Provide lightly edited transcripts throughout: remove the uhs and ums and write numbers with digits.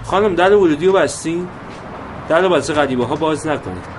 خانم در ورودی رو بستین؟ در رو واسه غریبه ها باز نکنید.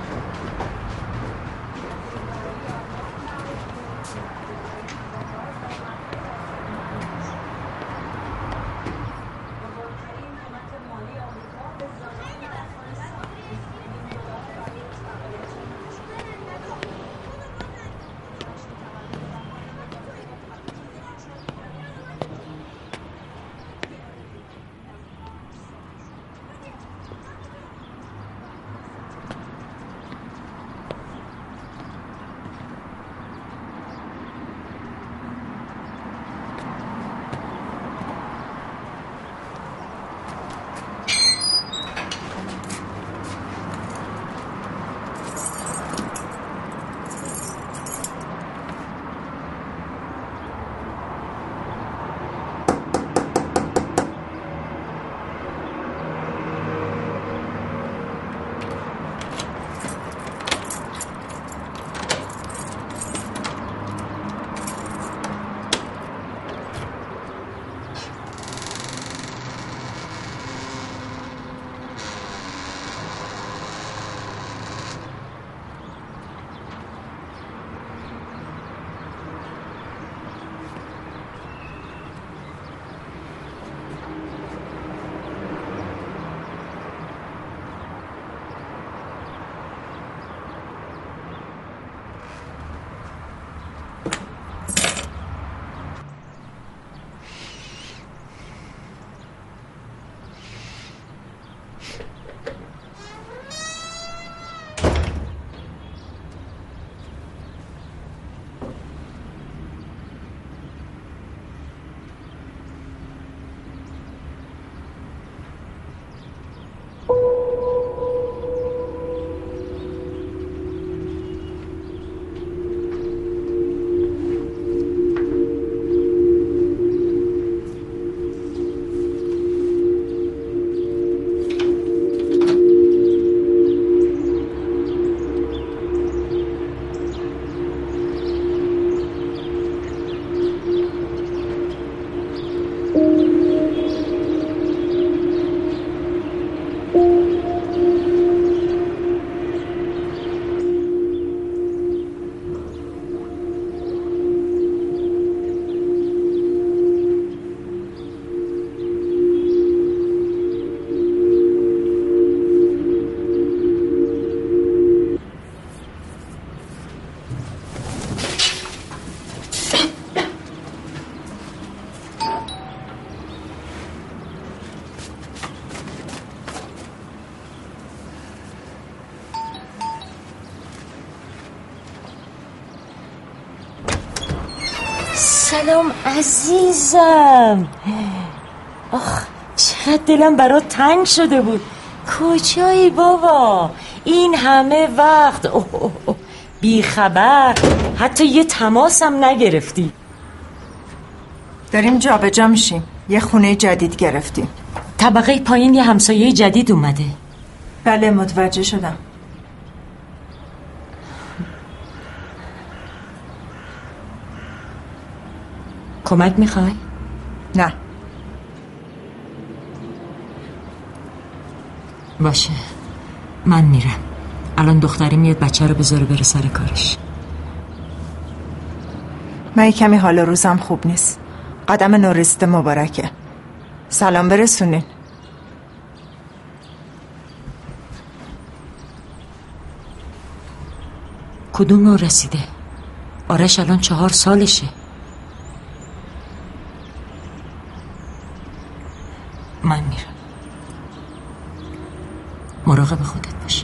سلام عزیزم. آخ چقدر دلم برات تنگ شده بود. کجایی بابا؟ این همه وقت بی خبر، حتی یه تماسم نگرفتی. داریم جابجا میشیم، یه خونه جدید گرفتیم. طبقه پایین یه همسایه جدید اومده. بله متوجه شدم. کمک میخوای؟ نه. باشه من میرم. الان دختری میاد بچه رو بذاره بره سر کارش. من کمی حال روزم خوب نیست. قدم نورسته مبارکه. سلام برسونین. کدوم نور رسیده؟ آرش الان 4 سالشه. من میرم. مراقب خودت باش.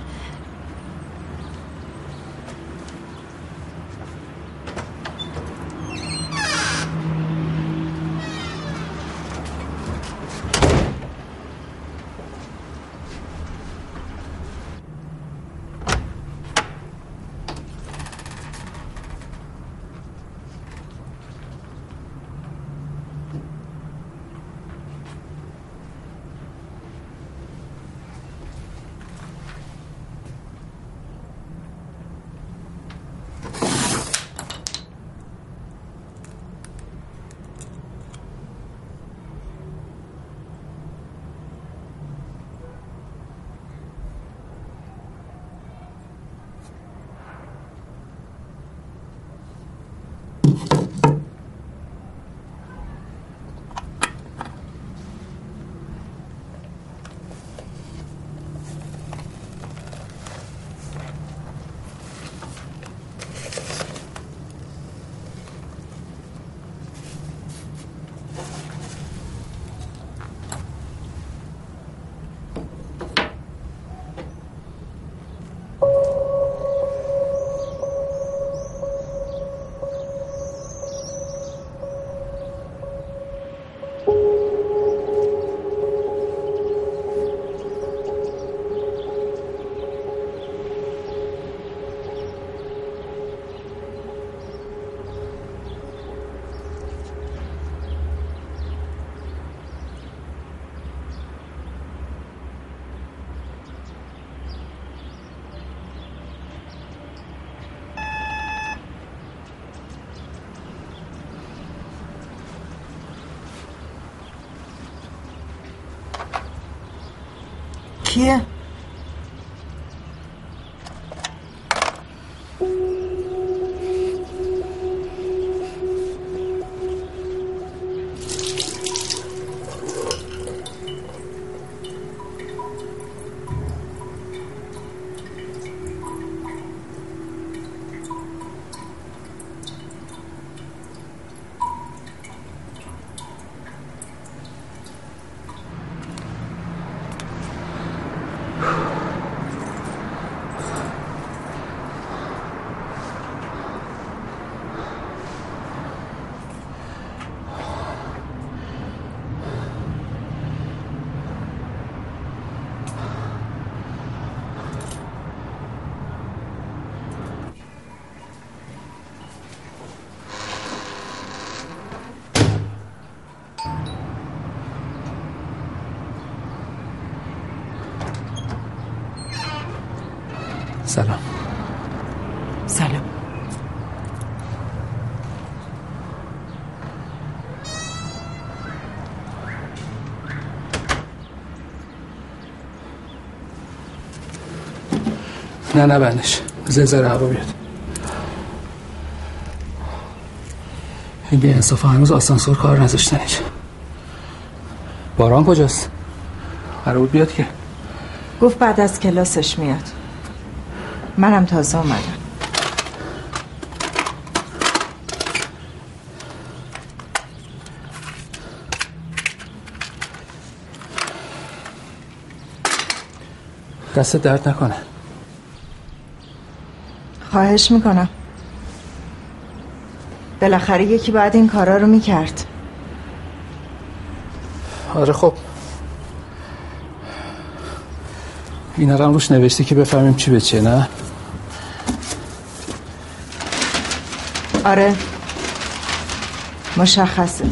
کیه؟ سلام. سلام. نه بندش. زلزله هوا بیاد. این بی انصافا هنوز آسانسور کار نذاشتن اینجا. باران کجاست؟ قرار بود بیاد که. گفت بعد از کلاسش میاد. منم تازه اومدم. دست درد نکنه. خواهش میکنم. بالاخره یکی باید این کارا رو میکرد. آره خب اینا رو هم روش نوشتی که بفهمیم چی به چیه، نه؟ آره مشخصه.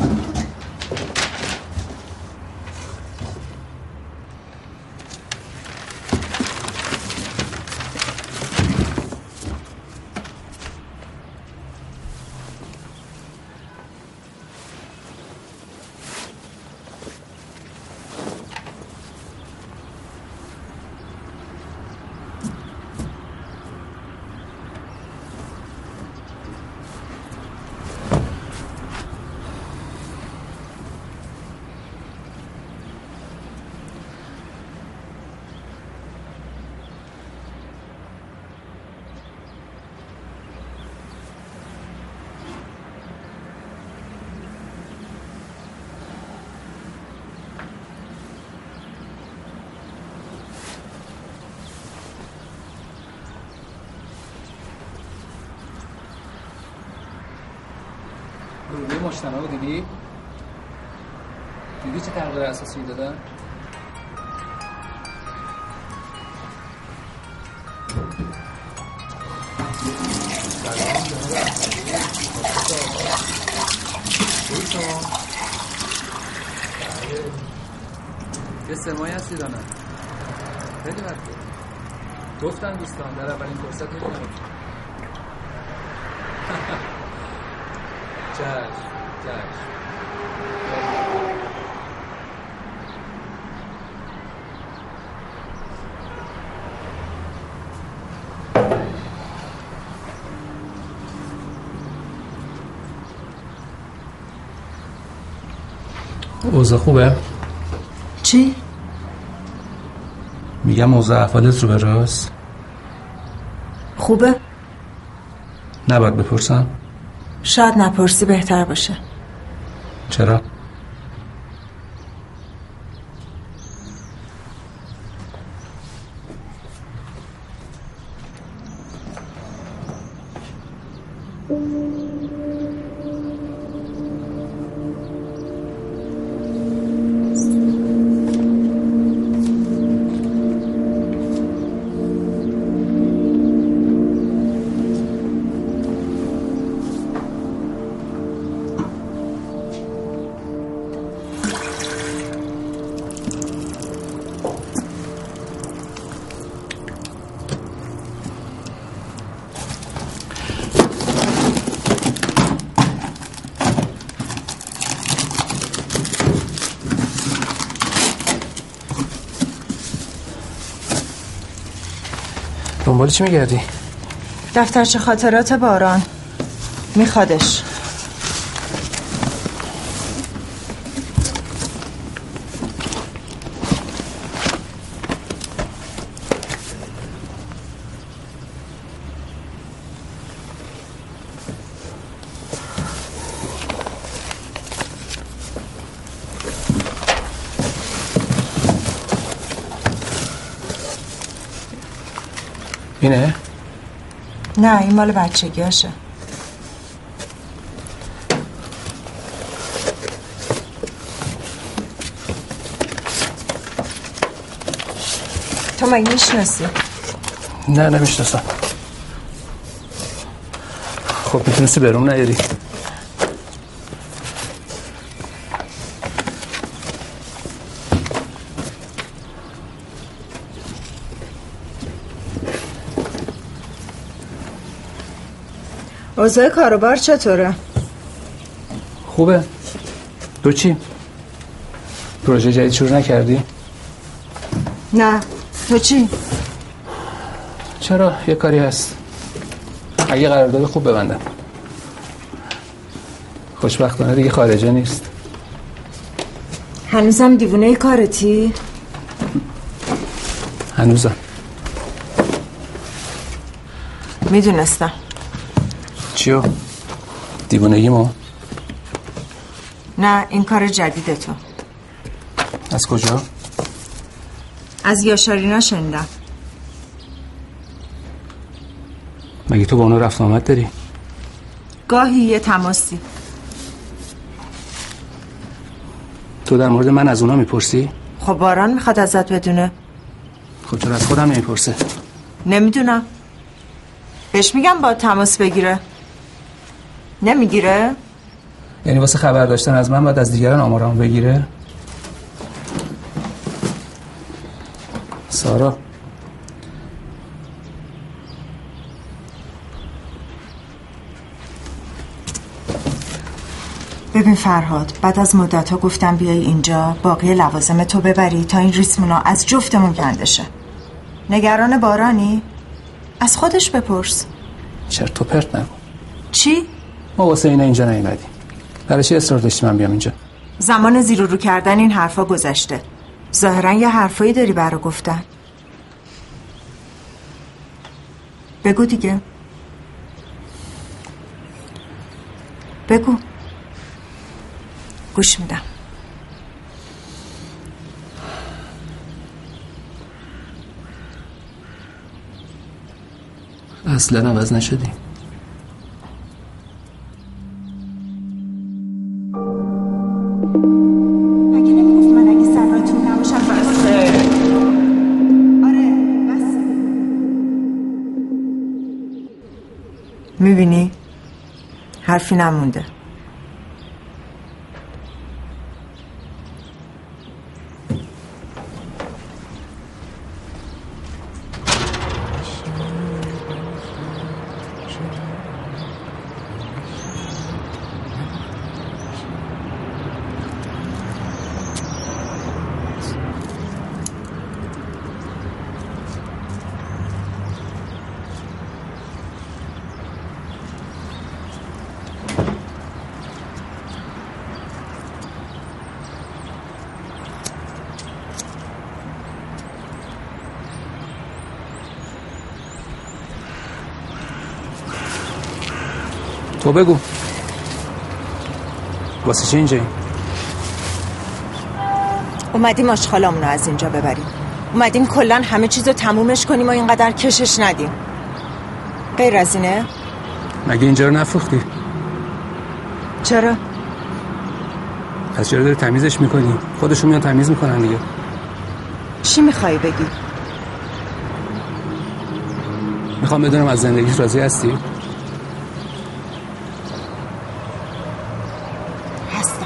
روی مجتمع رو دیدی چه تغییر اساسی دادن؟ یه سمایی هستی دانم خیلی وقته گفتن دوستان در اولین فرصت میکنم چشم اوضاع خوبه؟ چی؟ میگم اوضاع احوالت رو به راست. خوبه؟ نباید بپرسم؟ شاید نپرسی بهتر باشه. چرا؟ دنبال چی میگردی؟ دفترچه خاطرات باران میخوادش. اینه؟ نه این مال بچگیاشه. تو مگه میشناسی؟ نه نمیشناسم. خب میتونستی برام نیاری؟ اوضاع کاروبار چطوره؟ خوبه. تو چی؟ پروژه جدید شروع نکردی؟ نه. تو چی؟ چرا؟ یه کاری هست. اگه قرارداد خوب ببندم. خوشبختانه دیگه خارجه نیست. هنوزم دیوونه کارتی؟ هنوزم. میدونستم. چیو؟ دیوونگیمو؟ نه این کار جدید تو. از کجا؟ از یاشارینا شنیدم. مگه تو با اونا رفت آمد داری؟ گاهی یه تماسی. تو در مورد من از اونا میپرسی؟ خب باران میخواد ازت بدونه. خب چرا از خودم نمیپرسه؟ نمیدونم. بهش میگم با تماس بگیره. نمیگیره؟ یعنی واسه خبر داشتن از من باید از دیگران آمارمو بگیره؟ سارا ببین فرهاد، بعد از مدت‌ها گفتم بیای اینجا باقی لوازم تو ببری تا این ریسمونا از جفتمون کنده شه. نگران بارانی؟ از خودش بپرس. چرت و پرت نگو. چی؟ ما واسه اینا اینجا نیومدیم. برای چی اصرار داشتی من بیام اینجا؟ زمان زیر و رو کردن این حرفا گذشته. ظاهرا یه حرفایی داری برا گفتن. بگو دیگه. بگو. گوش میدم. اصلا عوض نشدی. مگه نمیگفت من اگه سراتون نباشم بسه؟ آره بسه. میبینی؟ حرفی نمونده. تو بگو واسه چه اینجایی؟ اومدیم آشغالامونو از اینجا ببریم. اومدیم کلن همه چیزو تمومش کنیم و اینقدر کشش ندیم. غیر از اینه؟ مگه اینجا رو نفروختی؟ چرا؟ پس چرا داری تمیزش میکنی؟ خودشون میان تمیز میکنن دیگه. چی میخوایی بگی؟ میخوام بدونم از زندگیت راضی هستی؟ هستم.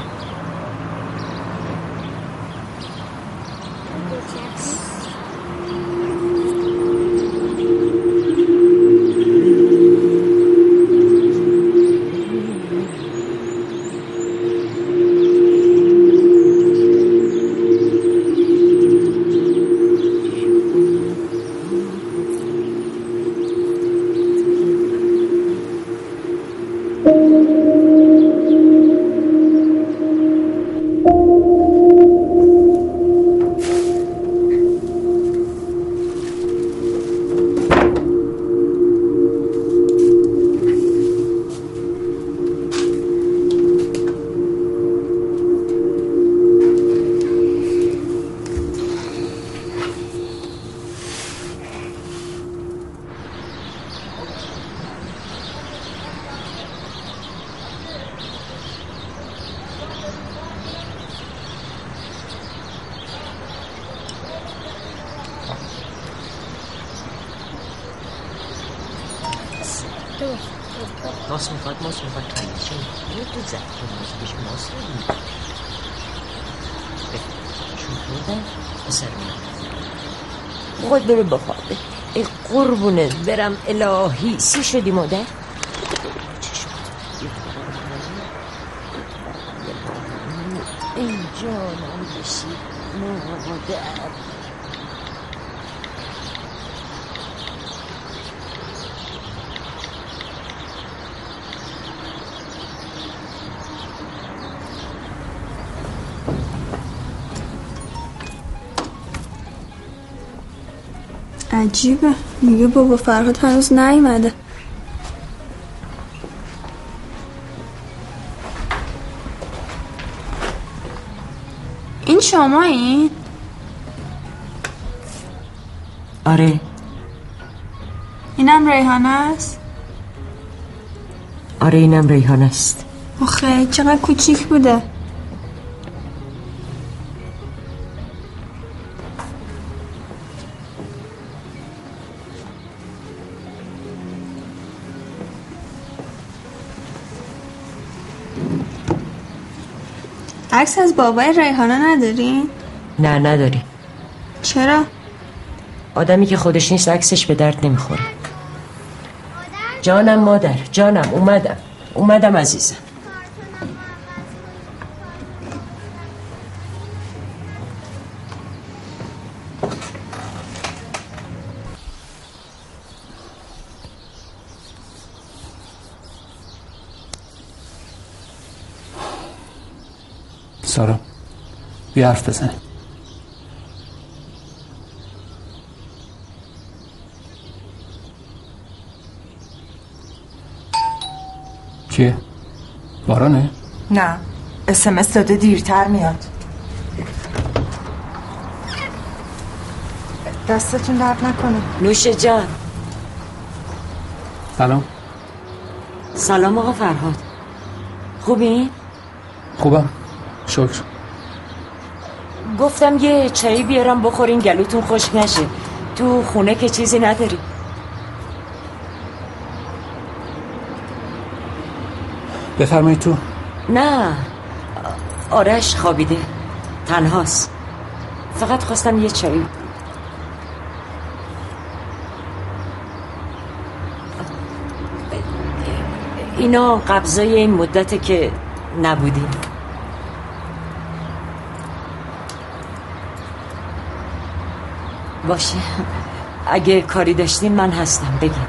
ماست میخواد خلیشه یه تو زد که ماستش ماست رو میده چون بودن بسر میده خود برو بخواب ای قربونت برم الهی سی شدی مادر چه شد ای جانم بشی مادر عجیبه میگه بابا فرهاد هنوز نیومده. این شمایین؟ آره. اینم ریحانه است؟ آره اینم ریحانه است. آخه چقدر کوچیک بوده. عکس از بابای ریحانه ندارین؟ نه نداری. چرا؟ آدمی که خودش نیست عکسش به درد نمیخوره. جانم مادر جانم اومدم عزیزم. سارا بیا حرف بزنیم. چیه؟ بارانه؟ نه SMS داده دیرتر میاد. دستتون درد نکنه. نوش جان. سلام. سلام آقا فرهاد. خوبی؟ خوبم شکر. گفتم یه چایی بیارم بخورین گلوتون خشک نشه. تو خونه که چیزی نداری؟ بفرمایید تو. نه آرش خوابیده تنهاست. فقط خواستم یه چایی. اینا قبضای این مدته که نبودیم. باشه اگه کاری داشتین من هستم بگین.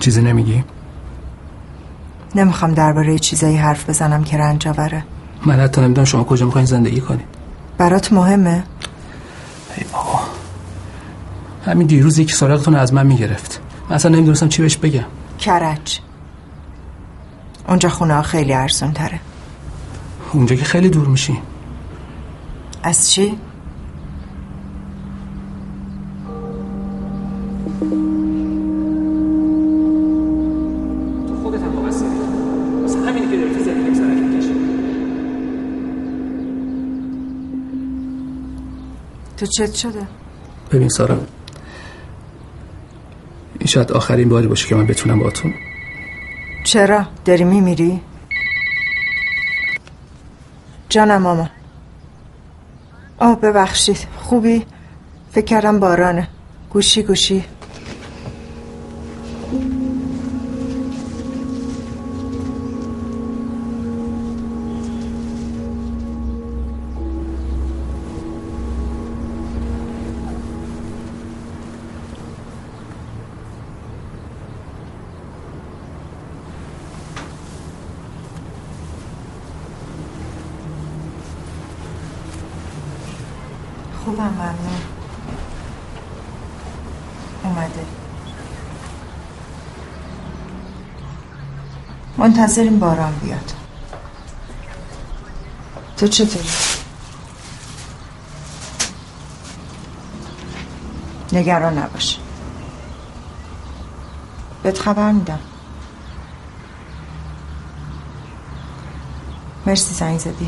چیزی نمیگی؟ نمیخوام درباره چیزایی حرف بزنم که رنج آوره. من حتی نمیدونم شما کجا میخواین زندگی کنید. برات مهمه؟ ای بابا، همین دیروز یکی سراغتون از من میگرفت. من اصلا نمیدونستم چی بهش بگم. کرج. اونجا خونه ها خیلی ارزون تره. اونجا که خیلی دور میشی. از چی؟ تو خودت هم مقصری. واسه همینی که داری زندگی سرک میکشی. تو چت شده؟ ببین سارا، این شاید آخرین باری باشه که من بتونم باهاتون. چرا؟ داری میمیری؟ جانم ماما. ببخشید. خوبی؟ فکر کردم بارانه. گوشی گوشی. خوبم ممنون. اومده. منتظریم باران بیاد. تو چطوری؟ نگران نباش. بهت خبر میدم. مرسی زنگ زدی.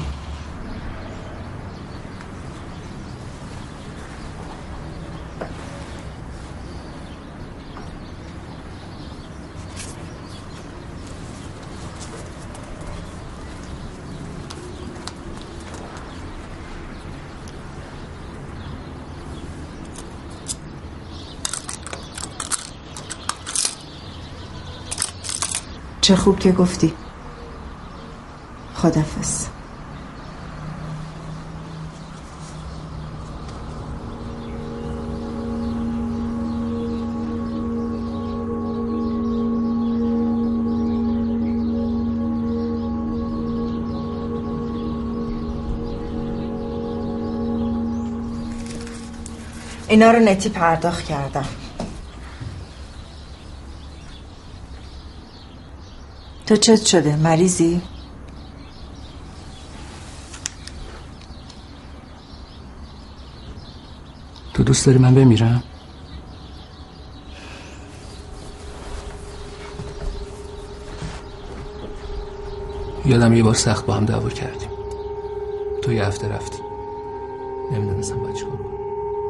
چه خوب که گفتی. خداحافظ. اینا رو نتی پرداخت کردم. تو چت شده؟ مریضی؟ تو دوست داری من بمیرم؟ یادم یه بار سخت با هم دعوا کردیم. تو یه هفته رفتی. نمیدونستم باید چیکار کنم.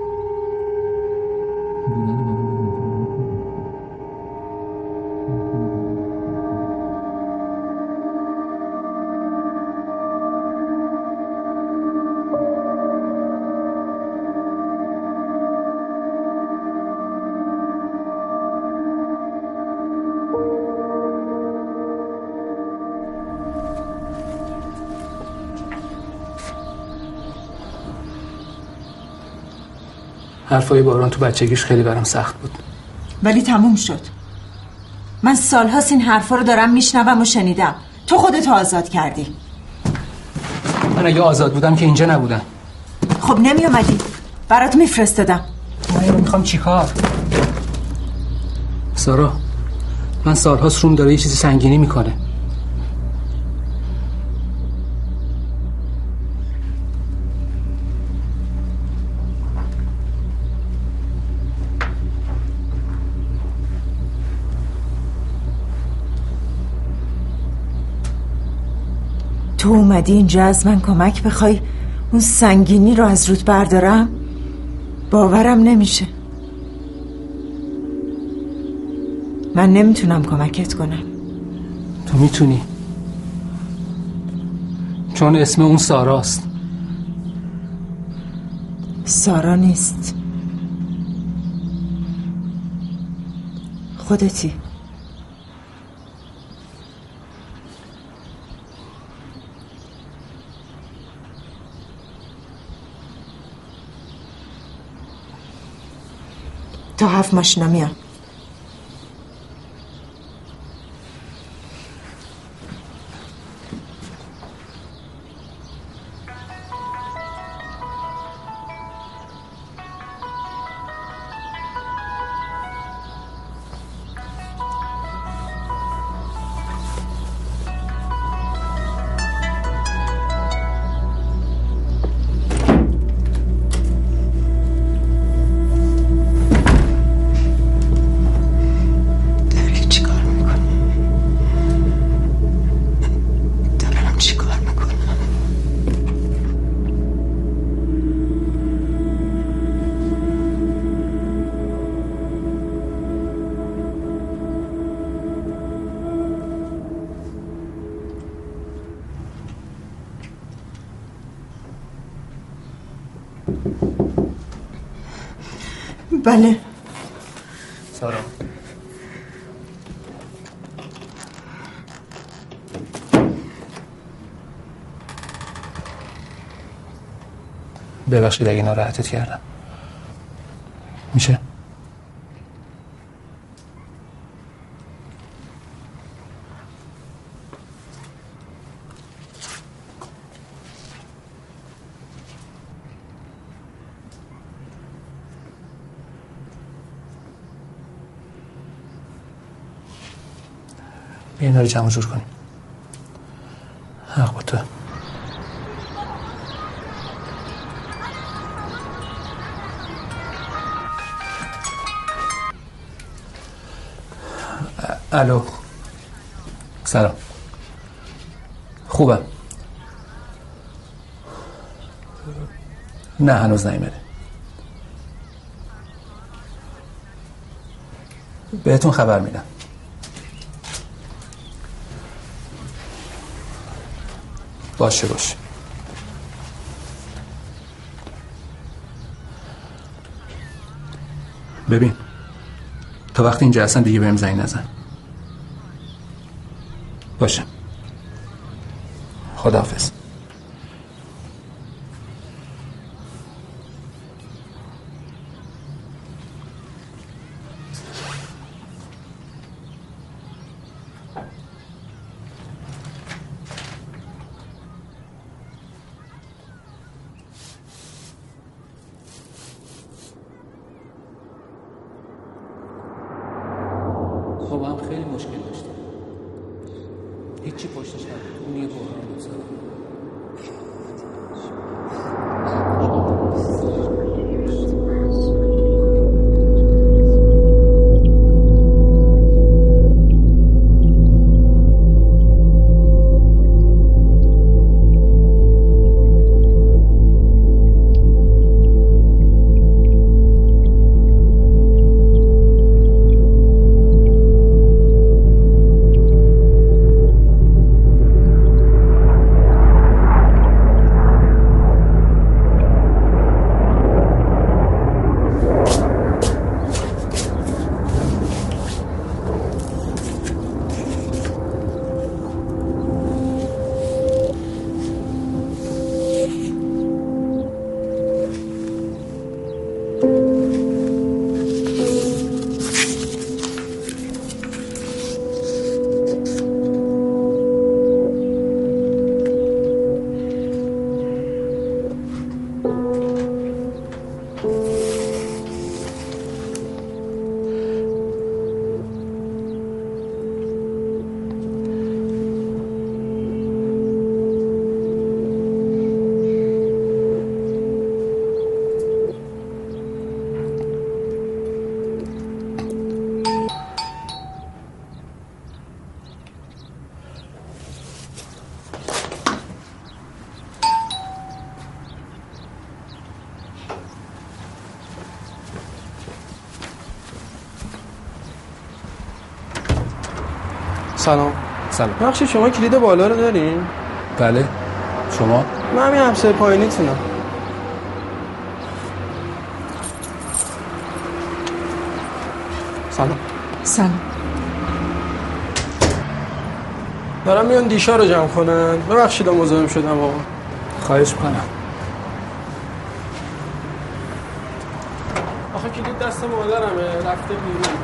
حرفای باران تو بچگیش خیلی برام سخت بود. ولی تموم شد. من سالهاست این حرفا رو دارم میشنوم و شنیدم. تو خودت آزاد کردی. من اگه آزاد بودم که اینجا نبودم. خب نمی اومدی. برات میفرستادم. من اینو میخوام چیکار؟ سارا، من سالهاست روم داره یه چیزی سنگینی میکنه. تو اومدی اینجا از من کمک بخوای اون سنگینی رو از رود بردارم؟ باورم نمیشه. من نمیتونم کمکت کنم. تو میتونی، چون اسم اون ساراست. سارا نیست، خودتی. تا 7 ماشینا میان. بله. سارا ببخشید اگه ناراحتت کردم. میشه؟ بیا اینا رو جمع جور کنیم. حق با تو. الو سلام. خوبم. نه هنوز نیومده. بهتون خبر میدم. باشه. ببین تا وقتی اینجا هستن دیگه بهم زنگ نزن. باشه. خداحافظ. خب هم خیلی مشکل داشتیم. هیچی پشتش نبود. اون یه بحران بود سارا. سلام. بخشی شما کلید بالا رو دارین؟ بله. شما؟ من همین همسایه پایینیتونم. سلام. دارم میان دیشا رو جمع کنن. ببخشید مزاحم شدم آقا. خواهش میکنم. آخه کلید دست مادرمه رفته بیرون.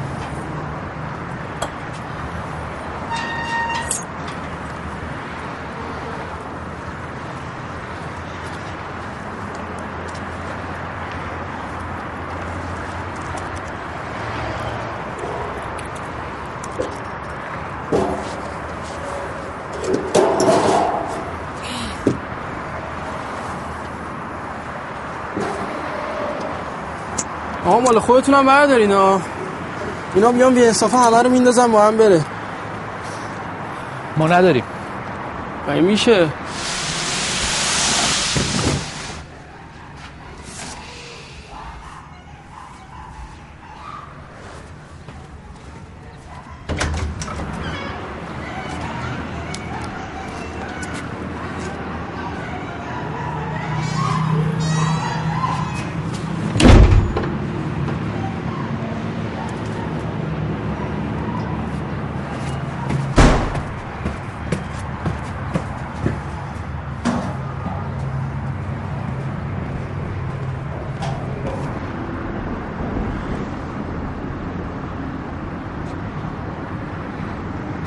آقا مال خودتون هم بردارین ها. اینا بیان بی انصافا همه رو میندازن با هم بره. ما نداریم. مگه میشه؟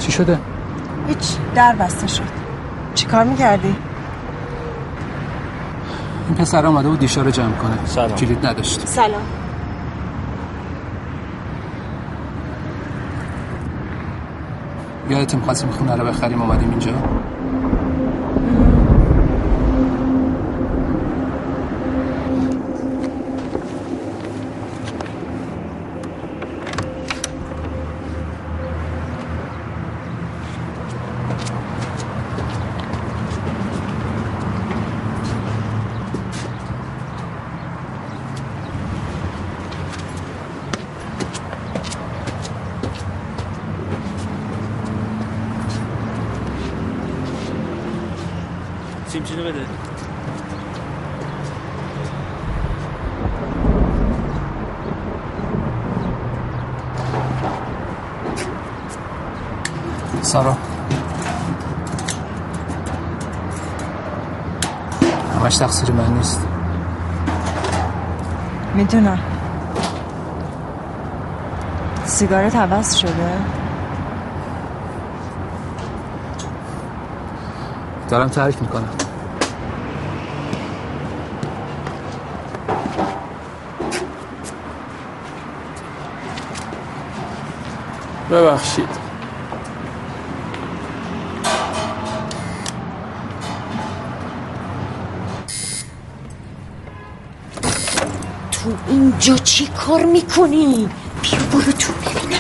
چی شده؟ هیچ، در بسته شد. چی کار میکردی؟ این پسر آمده بود دیشا رو جمع کنه. سلام. کلید نداشت. سلام. یادت می‌خواستیم خونه رو بخریم اومدیم اینجا؟ سیمچینو بده. سارا همش تقصیر من نیست. میدونم. سیگارت عوض شده؟ دارم ترک میکنم. ببخشید. تو اینجا چی کار میکنی؟ بیا برو تو ببینم.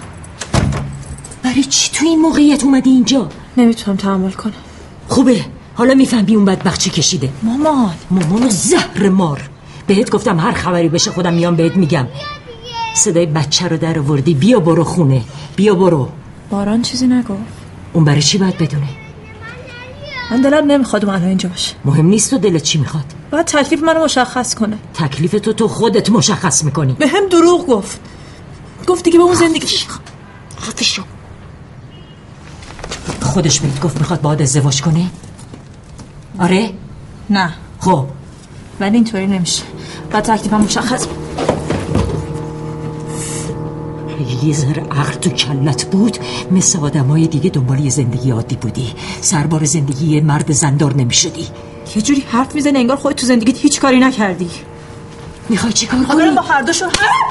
برای چی تو این موقعیت اومدی اینجا؟ نمیتونم تحمل کنم. خوبه، حالا میفهمی اون بدبخت چی کشیده. مامان زهر مار. بهت گفتم هر خبری بشه خودم میام بهت میگم. صدای بچه رو در آوردی. بیا برو خونه، بیا برو. باران چیزی نگفت؟ اون برای چی باید بدونه؟ من دلم نمیخواد اون الان اینجا باشه. مهم نیست تو دلت چی میخواد. باید تکلیف منو مشخص کنه. تکلیف تو خودت مشخص میکنی. به هم دروغ گفت دیگه به اون زندگی خفشو. خودش بهت گفت میخواد باهات ازدواج کنه؟ آره؟ نه. خب ولی اینطوری نمیشه. باید تکلیفم مشخص. یه ذره عقل تو کلت بود مثل آدمای دیگه دنبال یه زندگی عادی بودی. سربار زندگی یه مرد زندار نمیشدی. یه جوری حرف میزنی انگار خودت تو زندگیت هیچ کاری نکردی. میخوای چی کار کنی؟ با هر دوشون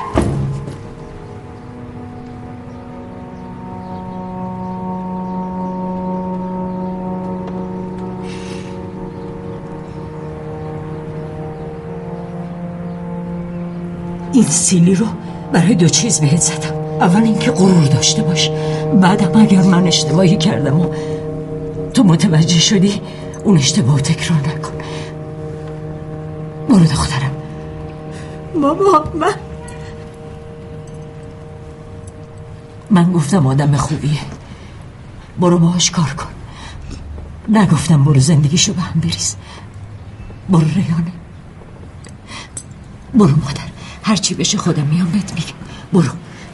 این سیلی رو برای 2 چیز بهت زدم. اول اینکه غرور داشته باش، بعدم اگر من اشتباهی کردم و تو متوجه شدی اون اشتباه تکرار نکن. برو دخترم. ماما من گفتم آدم خوبیه، برو باهاش کار کن. نگفتم برو زندگیشو به هم بریز. برو ریانه، برو مادر. هرچی بشه خودم میام بهت میگم. برو.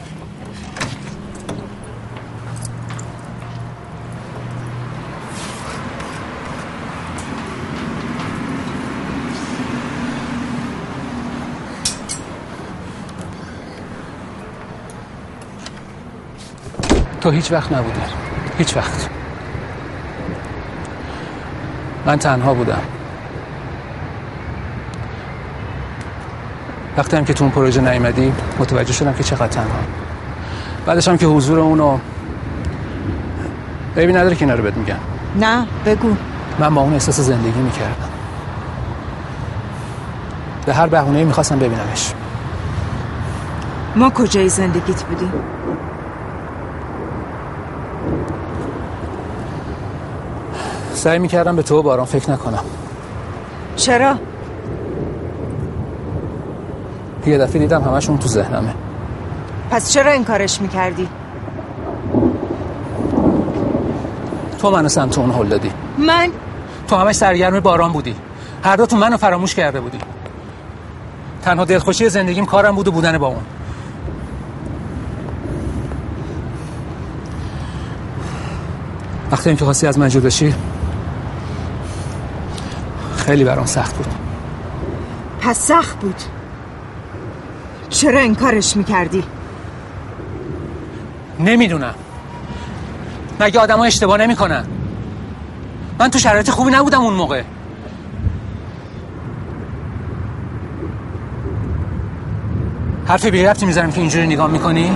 تو هیچ وقت نبودی. هیچ وقت. من تنها بودم. وقتی هم که تو اون پروژه نیومدی متوجه شدم که چقدر تنها. بعدش هم که حضور اونو عیبی نداره که اینا رو بهت میگم. نه بگو. من با اون احساس زندگی میکردم. به هر بهونه‌ای میخواستم ببینمش. ما کجای زندگیت بودیم؟ سعی میکردم به تو و باران فکر نکنم. چرا؟ یه دفعه دیدم همشون تو ذهنمه. پس چرا این کارش میکردی؟ تو منو سمت اون هل دادی. من؟ تو همش سرگرم باران بودی. هر دو تو منو فراموش کرده بودی. تنها دلخوشی زندگیم کارم بود و بودن با اون. وقتی که خواستی از من جدا شی خیلی برام سخت بود. پس سخت بود. چرا این کارش میکردی؟ نمیدونم. مگه آدم‌ها اشتباه نمی‌کنن؟ من تو شرایط خوبی نبودم اون موقع. حرف بی ربطی میزنم که اینجوری نگاه میکنی؟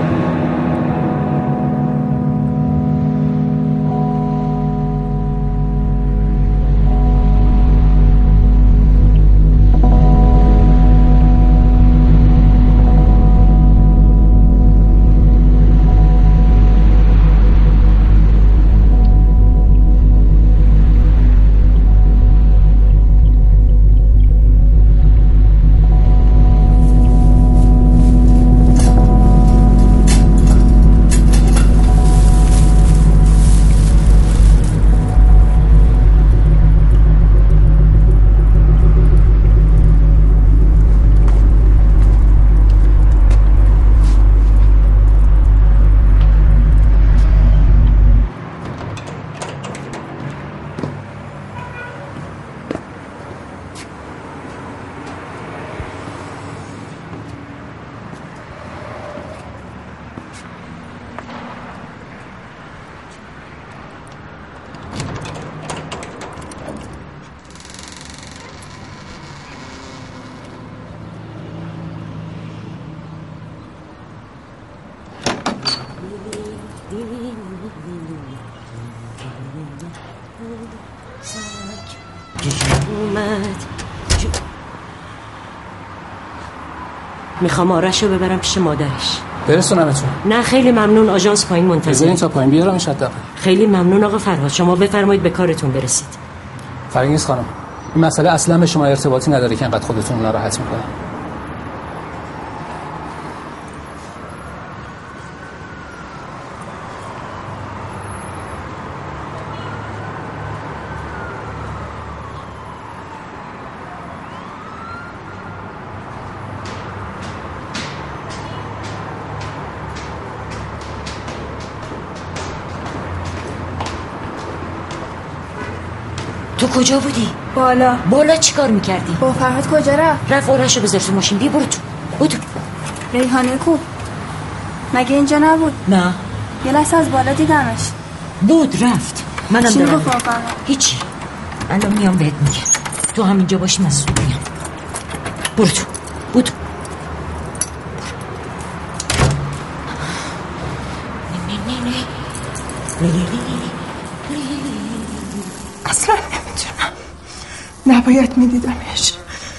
میخوام آرش رو ببرم پیش مادرش. برسونمتون؟ نه خیلی ممنون، آژانس پایین منتظر. بذارین تا پایین بیارم شد. خیلی ممنون آقا فرهاد، شما بفرمایید به کارتون برسید. فرینگیز خانم، این مسئله اصلا به شما ارتباطی نداره که انقدر خودتون ناراحت میکنه. تو کجا بودی؟ بالا چی کار میکردی؟ با فرهاد کجا رفت آرش رو بذار تو ماشین. بیا برو تو. بودو ریحانه کو؟ مگه اینجا نبود؟ نه یه لحظه از بالا دیدمش. بود رفت. منم چی دارم گفت فرهاد؟ هیچی، الان میام بهت میگم. تو همینجا باشی من زود میام. برو تو. بودو اصلا نمیتونم، نباید میدیدمش.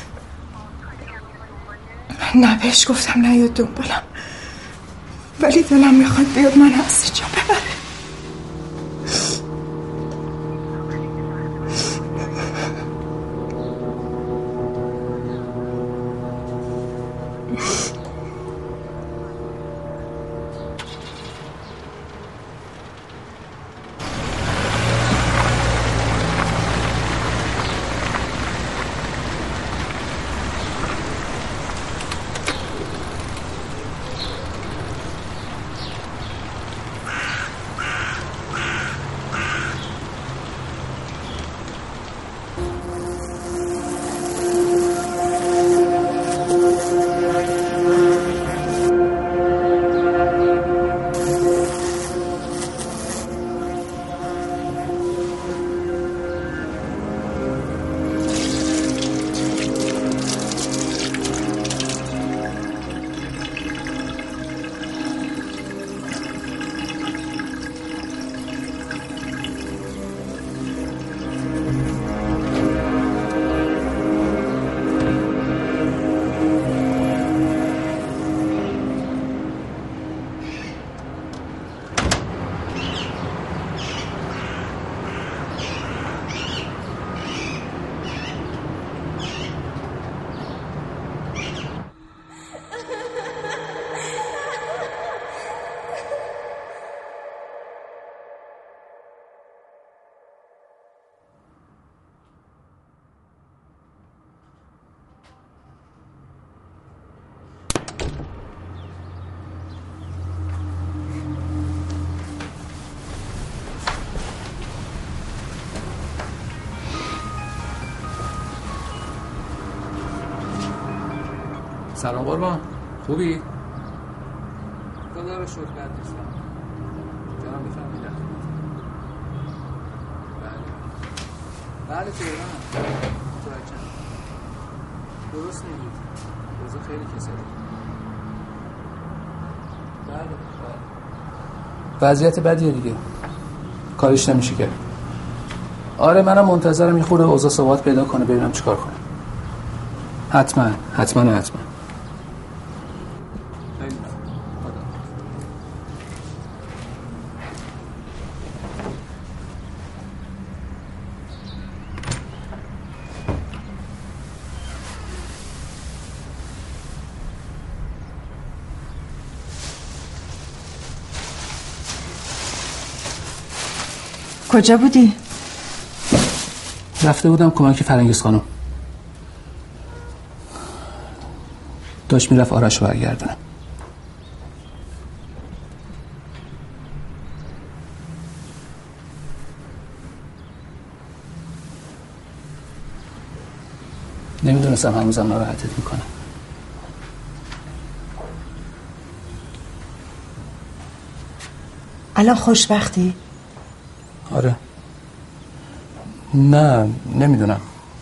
نه بهش گفتم نیاد دنبالم، ولی دلم میخواد بیاد من از اینجا ببره. سلام قربان، خوبی؟ خدا رو شکر. جناب بفرمایید. بله تهران. متوجهم. درست میگید. روزا خیلی کسره. بله. وضعیت بدیه دیگه. کارش نمیشه کرد. آره منم منتظرم این خورده اوضاع ثبات پیدا کنه ببینم چیکار کنم. حتما. کجا بودی؟ رفته بودم کمک فرنگیز خانم. داشت میرفت آرش رو برگردونه. نمیدونستم هنوزم ناراحتت میکنه. الان خوشبختی؟ آره. نه نمیدونم.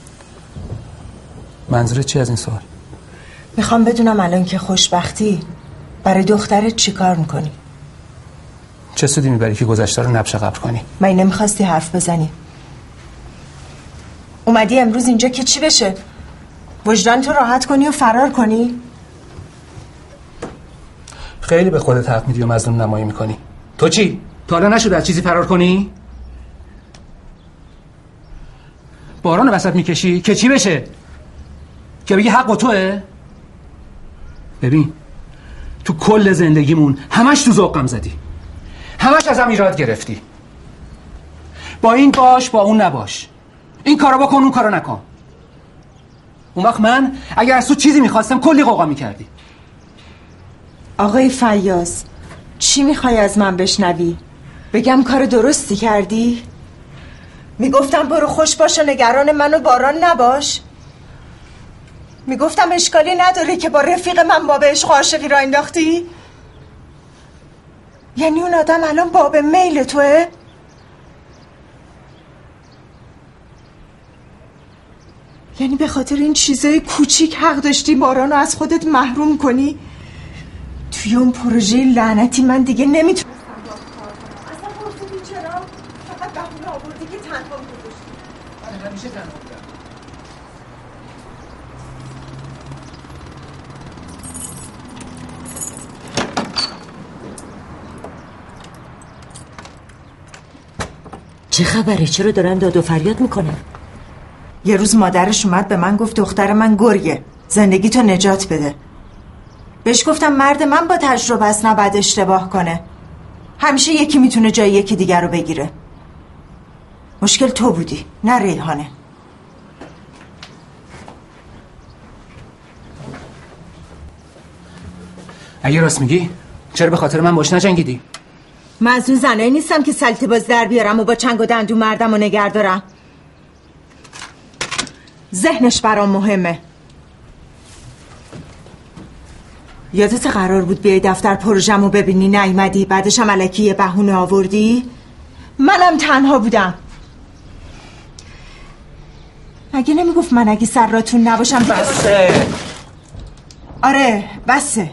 منظورت چی از این سوال؟ میخوام بدونم الان که خوشبختی برای دخترت چی کار میکنی؟ چه سودی میبری که گذشته رو نبش قبر کنی؟ من نمیخواستی حرف بزنی؟ اومدی امروز اینجا که چی بشه؟ وجدان تو راحت کنی و فرار کنی؟ خیلی به خودت حق میدی و مظلوم نمایی میکنی. تو چی؟ تا حالا نشد از چیزی فرار کنی؟ باران وسط میکشی که چی بشه؟ که بگی حق با توه؟ ببین تو کل زندگیمون همش تو ذوقم زدی، همش ازم ایراد گرفتی. با این باش با اون نباش، این کارو بکن اون کارو نکن. اون وقت من اگر از تو چیزی میخواستم کلی قوقا میکردی. آقای فیاض چی میخوای از من بشنوی؟ بگم کار درستی کردی؟ میگفتم برو خوش باش و نگران من و باران نباش؟ میگفتم اشکالی نداره که با رفیق من باب عشق و عاشقی را انداختی؟ یعنی اون آدم الان باب میل توه؟ یعنی به خاطر این چیزای کوچیک حق داشتی باران رو از خودت محروم کنی؟ توی اون پروژه لعنتی من دیگه نمیتونستم اصلا پرسیدی چرا؟ فقط بهونه آوردی که تنها می‌گذاشتی. من همیشه تنها بودم. چه خبره؟ چرا دارن داد و فریاد میکنن؟ یه روز مادرش اومد به من گفت دختر من گرگه، زندگی تو نجات بده. بهش گفتم مرد من با تجربه است، نباید اشتباه کنه. همیشه یکی میتونه جای یکی دیگر رو بگیره. مشکل تو بودی نه ریحانه. اگه راست میگی چرا به خاطر من باش نجنگیدی؟ من از اون زنایی نیستم که سلطه باز در بیارم و با چنگ و دندون مردم رو نگر دارم. ذهنش برام مهمه. یادت قرار بود بیای دفتر پروژه‌مو ببینی نیومدی، بعدش هم الکی یه بهونه آوردی؟ منم تنها بودم. مگه نمیگفت من اگه سراتون نباشم بسه. آره بسه.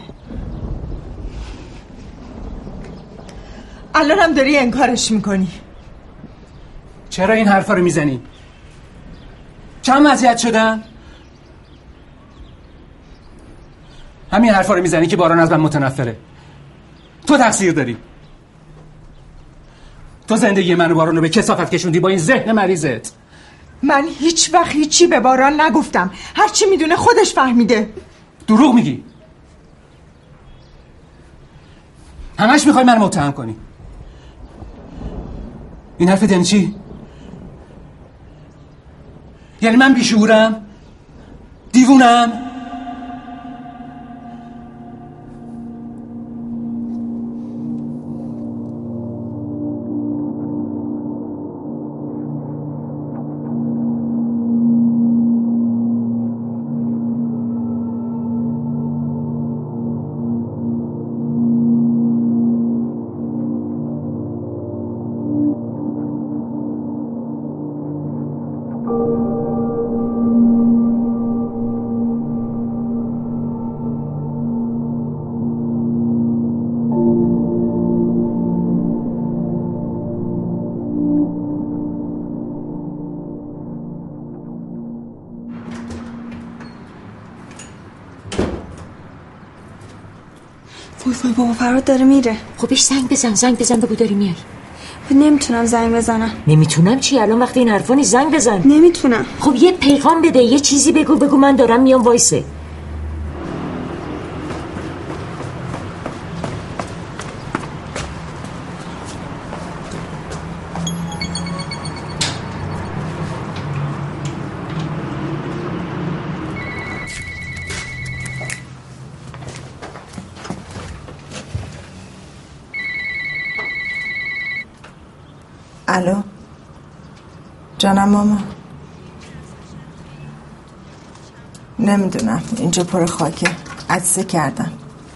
الانم داری انکارش میکنی. چرا این حرفا رو میزنی؟ چند اذیت شدم؟ همین حرفا رو میزنی که باران از من متنفره. تو تقصیر داری. تو زندگی من و باران رو به کثافت کشوندی با این ذهن مریضت. من هیچ وقت هیچی به باران نگفتم. هرچی میدونه خودش فهمیده. دروغ میگی. همش میخوای من متهم کنی. این حرفت یعنی چی؟ یعنی من بیشعورم؟ دیوونم؟ گفت بابا فرهاد داره میره. خب بهش زنگ بزن بگو داری میای. نمیتونم زنگ بزنم. نمیتونم چی؟ الان وقتی این حرفا نیست زنگ بزن. نمیتونم. خب یه پیغام بده، یه چیزی بگو من دارم میام وایسه. الو جانم ماما. نمیدونم اینجا پر خاکه، عطسه کردم،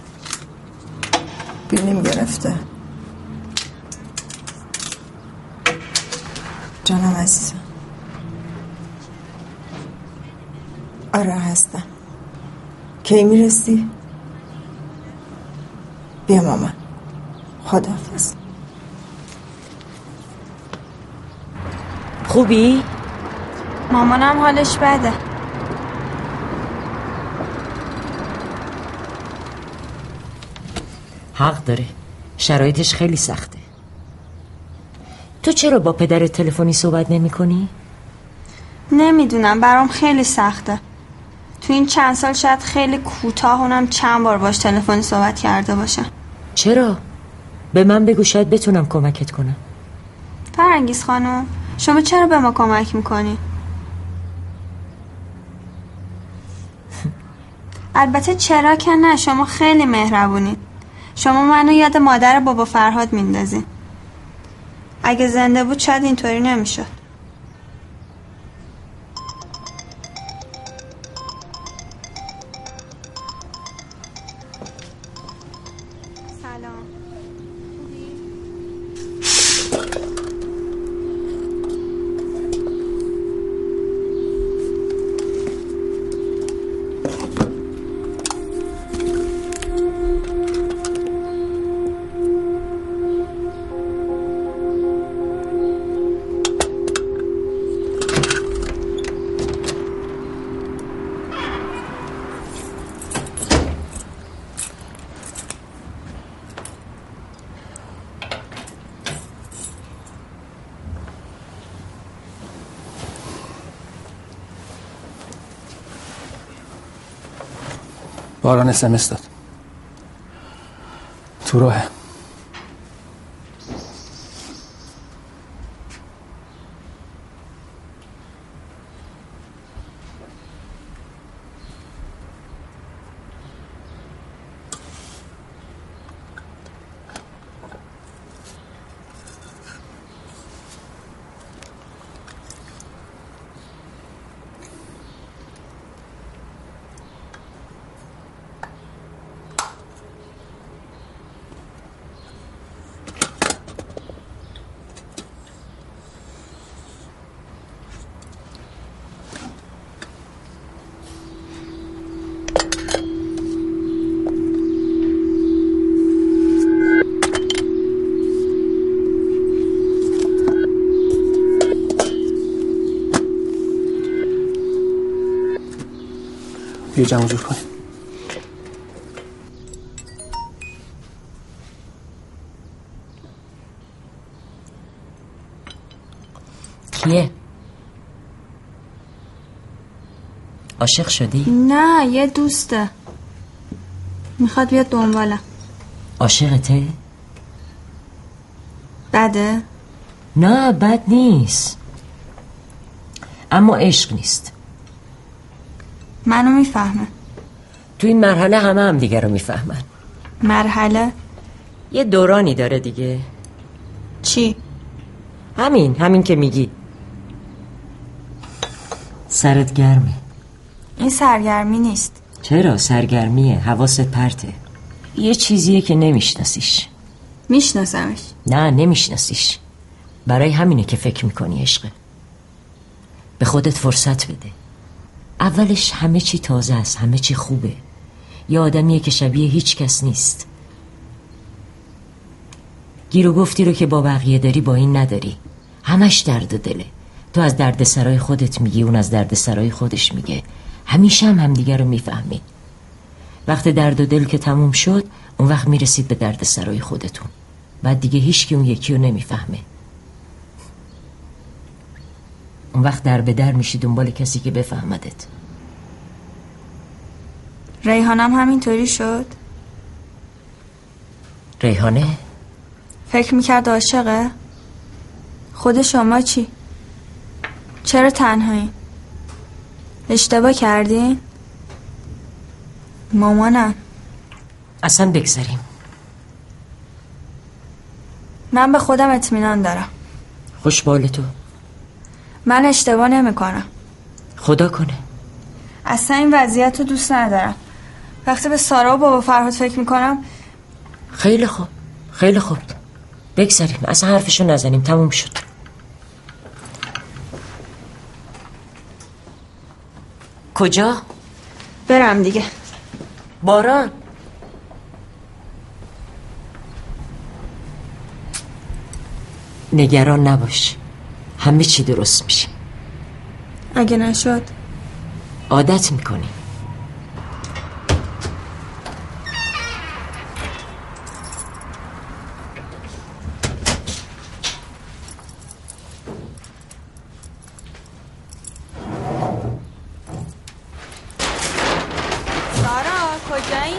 بینیم گرفته. جانم عزیزم. آره هستم. کی میرسی؟ بیا مامان. خداحافظ. خوبی؟ مامانم حالش بده. حق داره، شرایطش خیلی سخته. تو چرا با پدرت تلفنی صحبت نمی کنی؟ نمیدونم، برام خیلی سخته. تو این چند سال شاید خیلی کوتاه اونم چند بار باش تلفنی صحبت کرده باشم. چرا؟ به من بگو شاید بتونم کمکت کنم. فرنگیز خانم، شما چرا به ما کمک میکنی؟ البته چرا که نه، شما خیلی مهربونی. شما منو یاد مادر بابا فرهاد میندازین. اگه زنده بود شاید اینطوری نمیشد. سلام. باران SMS داد. تو راهه. یه جمع جور کنیم. کیه؟ عاشق شدی؟ نه، یه دوسته، میخواد بیاد دنبالم. عاشقته؟ بده؟ نه بد نیست، اما عشق نیست. منو میفهمه. تو این مرحله همه هم دیگه رو میفهمن. مرحله؟ یه دورانی داره دیگه. چی؟ همین که میگی. سرت گرمه. این سرگرمی نیست. چرا سرگرمیه؟ حواست پرته. یه چیزیه که نمیشناسیش. میشناسمش. نه نمیشناسیش، برای همینه که فکر میکنی عشقه. به خودت فرصت بده. اولش همه چی تازه است، همه چی خوبه. یه آدمیه که شبیه هیچ کس نیست. گیر و گفتی رو که با بقیه داری با این نداری. همش درد و دله. تو از درد سرای خودت میگی، اون از درد سرای خودش میگه. همیشه همدیگه رو میفهمی. وقت درد و دل که تموم شد اون وقت میرسید به درد سرای خودتون. بعد دیگه هیچ کی اون یکی رو نمیفهمه. اون وقت در به در میشی دنبال کسی که بفهمدت. ریحانم همینطوری شد؟ ریحانه؟ فکر میکرد عاشقه؟ خود شما چی؟ چرا تنهایی؟ اشتباه کردین؟ مامانم اصلا بگذاریم. من به خودم اطمینان دارم. خوشبال تو. من اشتباه نمی کنم. خدا کنه. اصلا این وضعیت رو دوست ندارم. وقتی به سارا و بابا فرهاد فکر میکنم. خیلی خوب، خیلی خوب، بگذاریم، اصلا حرفشو نزنیم، تموم شد. کجا؟ برم دیگه. باران نگران نباش، همه چی درست میشه. اگه نشد عادت میکنی. سارا کجایی؟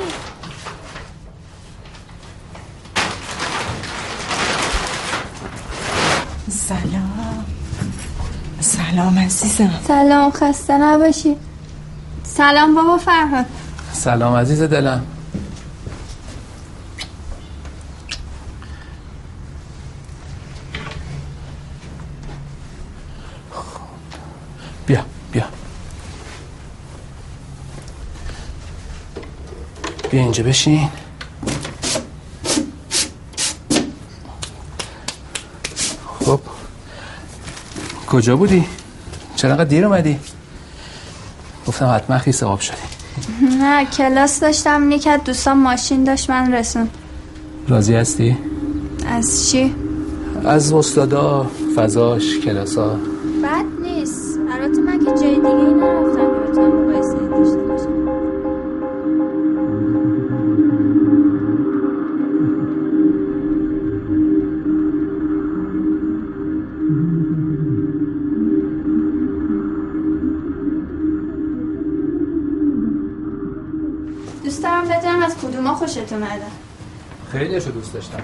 سلام عزیزم. سلام، خسته نباشی. سلام بابا فرهاد. سلام عزیز دلم. بیا بیا بیا اینجا بشین. خب کجا بودی؟ چرا انقدر دیر اومدی؟ گفتم حتما خیس آب شدی. نه کلاس داشتم، یک از دوستان ماشین داشت من رسون. راضی هستی؟ از چی؟ از استادا، فضاش، کلاسا. بد نیست. البته من که جای دیگه ای نرفتم که بتونم مقایسه داشته باشم. دوست دارم بدونم از کدوما خوشت اومده. خیلیشو دوست داشتم.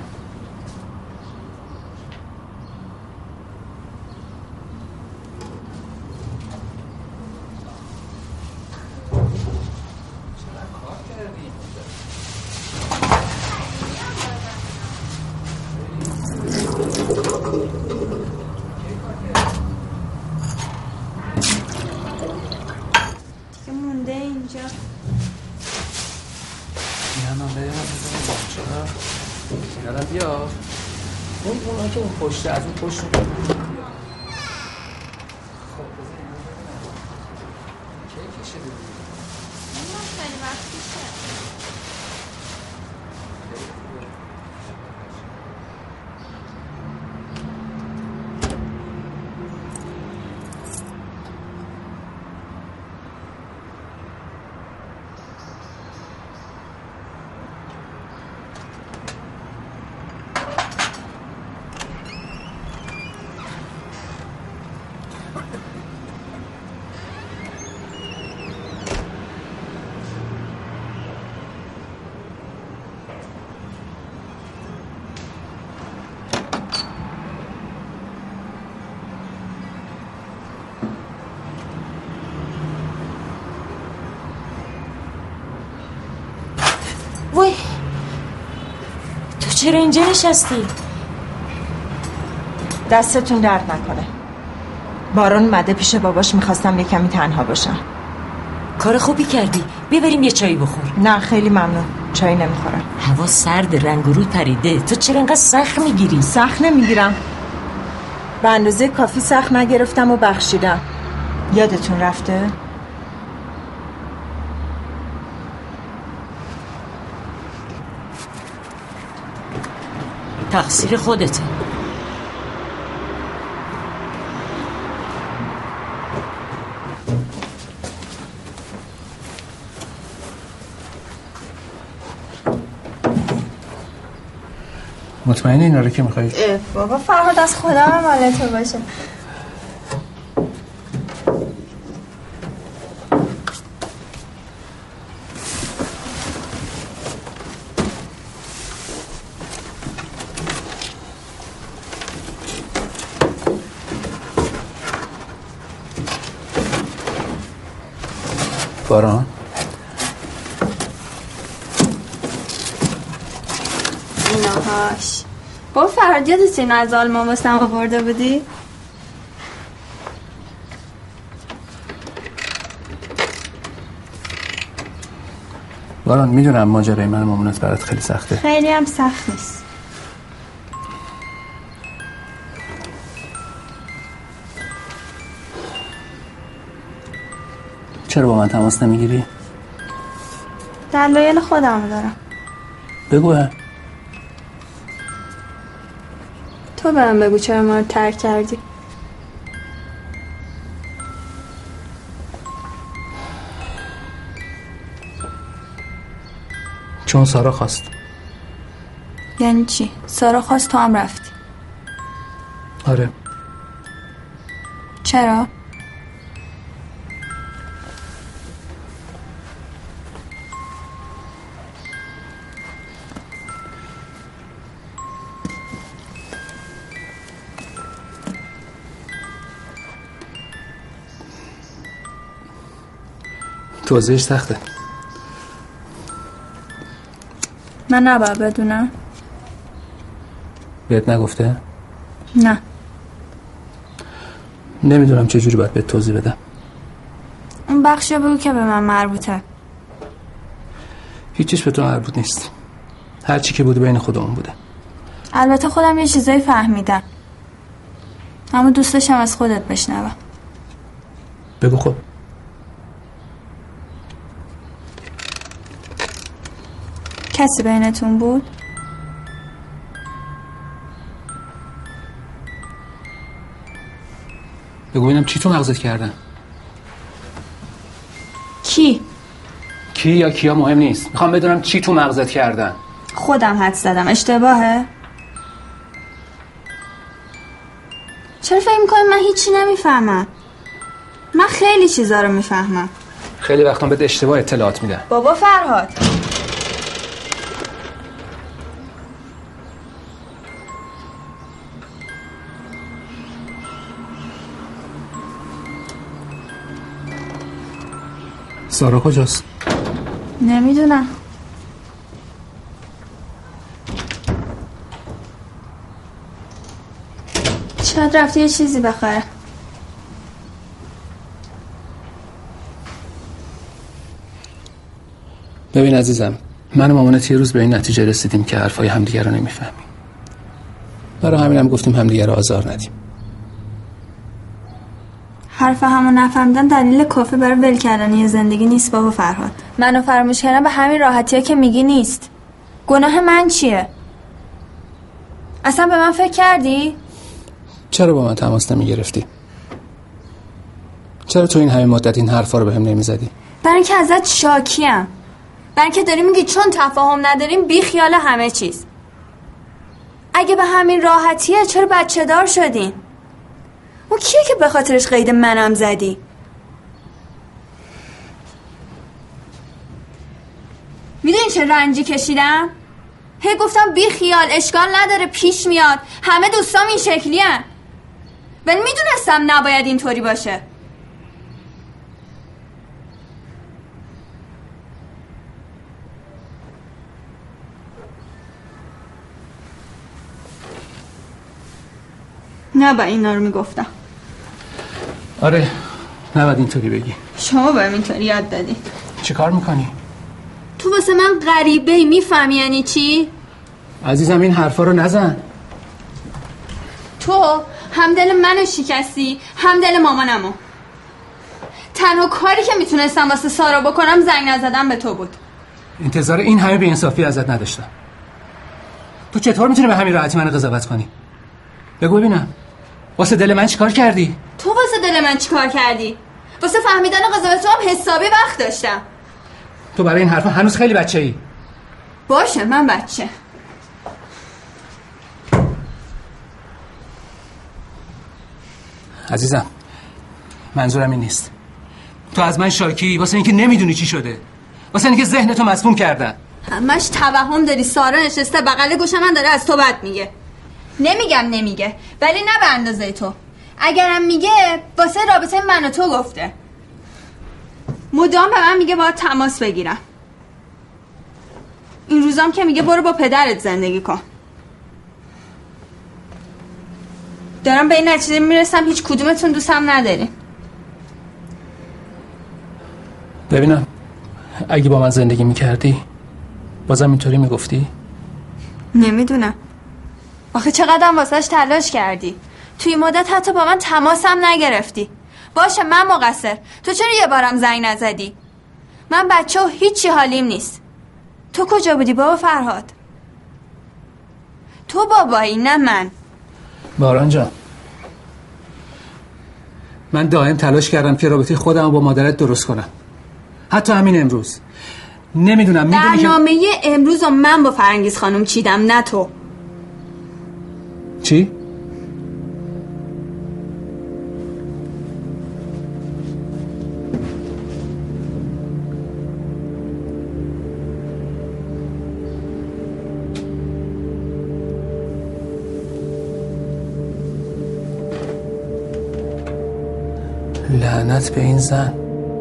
دیگه مونده اینجا. یادم بیا اون که اون پشته از اون پشت خب کی کشیدی؟ خیلی وقت پیشه. وای تو چرا اینجا نشستی؟ دستتون درد نکنه. باران اومده پیش باباش، میخواستم یه کمی تنها باشم. کار خوبی کردی، ببریم یه چایی بخور. نه خیلی ممنون، چایی نمیخورم. هوا سرد، رنگ و رو پریده، تو چرا انقدر سخت میگیری؟ سخت نمیگیرم، به اندازه کافی سخت نگرفتم و بخشیدم. یادتون رفته؟ تقصیر خودته. مطمئنی اینا رو که میخوایی؟ بابا فرهاد از خدا هم مال تو باشه. باران ایناهاش. بابا فرهاد یادت اینو از آلمان واسم آورده بودی؟ باران میدونم ماجرای من و مامانت برات خیلی سخته. خیلی هم سخت نیست. چرا با من تماس نمیگیری؟ دلایل خودم دارم. بگو. تو به من بگو چرا ما رو ترک کردی. چون سارا خواست. یعنی چی؟ سارا خواست تو هم رفتی؟ آره. چرا؟ توضیحش سخته. من نباید بدونم. بهت نگفته؟ نه. نمیدونم چجوری باید بهت توضیح بدم. اون بخشو بگو که به من مربوطه. هیچیش به تو مربوط نیست. هر چی که بوده بین خودمون بوده. البته خودم یه چیزایی فهمیدم، اما دوست داشتم از خودت بشنوم. بگو خب. کسی بینتون بود؟ بگو ببینم چی تو مغزت کردن. کی یا کیا مهم نیست. میخوام بدونم چی تو مغزت کردن. خودم حد زدم. اشتباهه؟ چرا فکر میکنی من هیچی نمیفهمم؟ من خیلی چیزا رو میفهمم. خیلی وقتا بهت اشتباه اطلاعات میدن. بابا فرهاد، سارا کجاست؟ نمیدونم. شاید رفته یه چیزی بخره. ببین عزیزم، من و مامانت یه روز به این نتیجه رسیدیم که حرفای همدیگه رو نمیفهمیم. برای همینم گفتیم همدیگه رو آزار ندیم. حرف همو نفهمیدن دلیل کافی برای ول کردن یه زندگی نیست بابا فرهاد. منو فراموش کردن به همین راحتیه که میگی نیست. گناه من چیه؟ اصلا به من فکر کردی؟ چرا با من تماس نمیگرفتی؟ چرا تو این همه مدت این حرفا رو بهم نمیزدی؟ برای اینکه ازت شاکیم. برای اینکه داری میگی چون تفاهم نداریم بی خیال همه چیز. اگه به همین راحتیه چرا بچه دار شدین؟ اون کیه که به خاطرش قید منم زدی؟ میدونی چه رنجی کشیدم؟ هی گفتم بی خیال، اشکال نداره، پیش میاد، همه دوستام این شکلی هن. ولی میدونستم نباید اینطوری باشه. نباید اینا رو میگفتم. آره، نباید اینطوری بگی. شما باید اینطوری یاد دادی. چی کار میکنی؟ تو واسه من غریبه، میفهمی یعنی چی؟ عزیزم این حرفا رو نزن. تو هم دل منو شکستی هم دل مامانمو. تنها کاری که میتونستم واسه سارا بکنم زنگ نزدم به تو بود. انتظار این همه بی‌انصافی ازت نداشتم. تو چطور میتونی به همین راحتی منو قضاوت کنی؟ بگو ببینم واسه دل من چیکار کردی؟ تو واسه دل من چیکار کردی؟ واسه فهمیدن قضاوت تو هم حسابی وقت داشتم. تو برای این حرفا هنوز خیلی بچه‌ای. باشه من بچه. عزیزم منظورم این نیست. تو از من شاکی واسه اینکه نمیدونی چی شده، واسه اینکه ذهنتو مسموم کردن. همش توهم داری. سارا نشسته بغل گوش من داره از تو بد میگه. نمیگه ولی نه به اندازه تو. اگرم میگه واسه رابطه من و تو گفته. مدام به من میگه باید تماس بگیرم. این روزام که میگه برو با پدرت زندگی کن. دارم به این نتیجه میرسم هیچ کدومتون دوستم ندارین. ببینم اگه با من زندگی میکردی بازم اینطوری میگفتی؟ نمیدونم. آخه چقدرم واسهش تلاش کردی. توی مدت حتی با من تماسم نگرفتی. باشه من مقصر. تو چرا یه بارم زنگ نزدی؟ من بچه و هیچی حالیم نیست. تو کجا بودی بابا فرهاد؟ تو بابایی نه من. باران جان من دائم تلاش کردم که رابطه خودم با مادرت درست کنم، حتی همین امروز. نمیدونم میدونی که برنامه امروز رو من با فرنگیز خانم چیدم نه تو. چی؟ لعنت به این زن.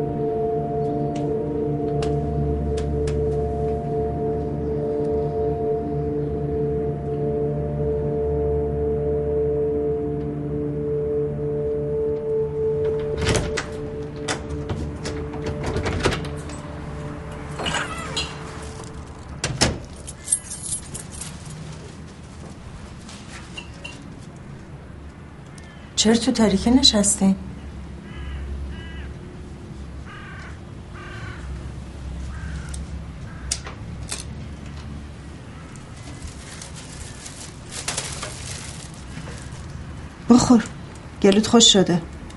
چرا تو تاریکی نشستی؟ بخور، گلوت خوش شده.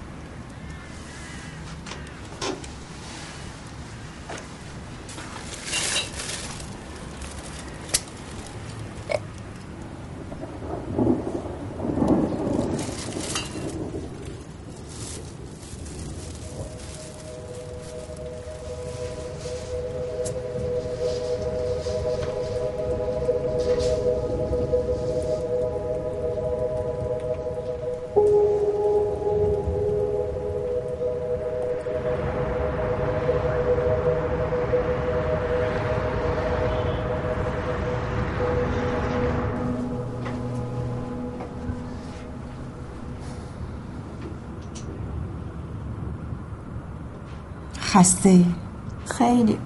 خسته‌ای؟ خیلی.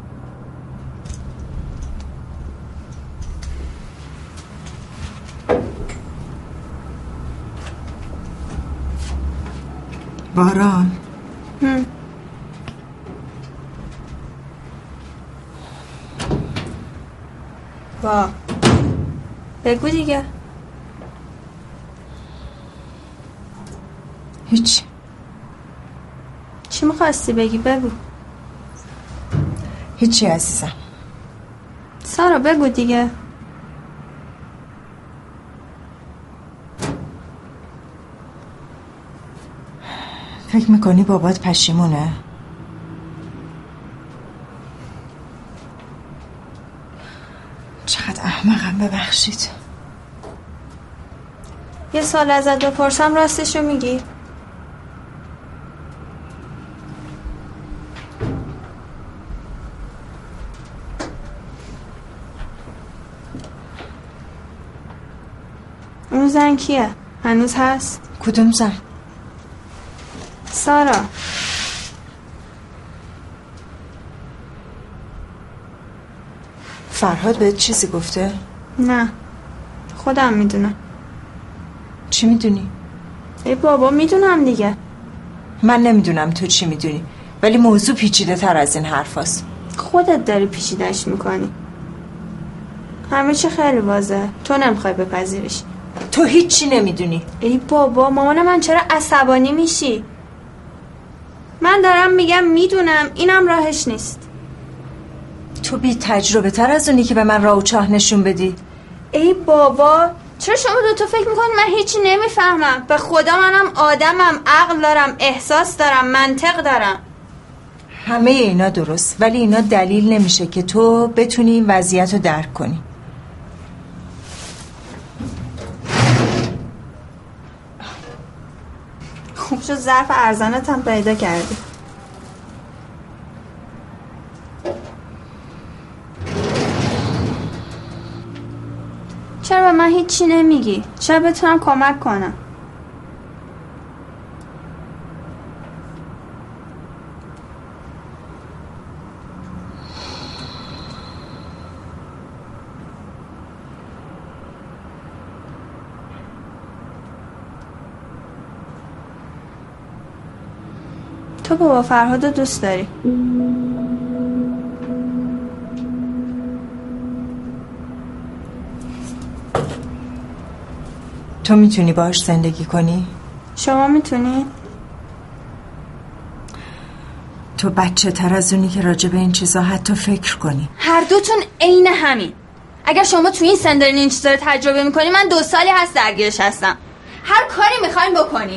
باران با بگو دیگه. هیچ. چی میخواستی بگی؟ بگو. هیچی عزیزم. سارا بگو دیگه. فکر میکنی بابات پشیمونه؟ چقدر احمقم، ببخشید. یه سال ازت بپرسم راستشو میگی؟ اون زن کیه؟ هنوز هست؟ کدوم زن؟ سارا. فرهاد بهت چیزی گفته؟ نه خودم میدونم. چی میدونی؟ ای بابا میدونم دیگه. من نمیدونم تو چی میدونی، ولی موضوع پیچیده تر از این حرف هست. خودت داری پیچیده‌اش میکنی. همه چی خیلی واضحه، تو نمیخوای بپذیریش. تو هیچی نمیدونی. ای بابا مامان من چرا عصبانی میشی؟ من دارم میگم میدونم، اینم راهش نیست. تو بی تجربه تر از اونی که به من راه و چاه نشون بدی. ای بابا چرا شما دوتا فکر میکنید من هیچی نمیفهمم؟ به خدا منم آدمم، عقل دارم، احساس دارم، منطق دارم. همه اینا درست، ولی اینا دلیل نمیشه که تو بتونی این وضعیت رو درک کنی. خوب شد ظرف ارزانت هم پیدا کردی. چرا به من هیچی نمیگی؟ چرا بتونم کمک کنم؟ تو بابا فرهادو دوست داری؟ تو میتونی باهاش زندگی کنی؟ شما میتونی؟ تو بچه تر از اونی که راجع به این چیزا حتی فکر کنی. هر دوتون عین همین. اگر شما تو این سن دارین این چیزا رو تجربه میکنی، من 2 سالی هست درگیرش هستم. هر کاری میخواین بکنی.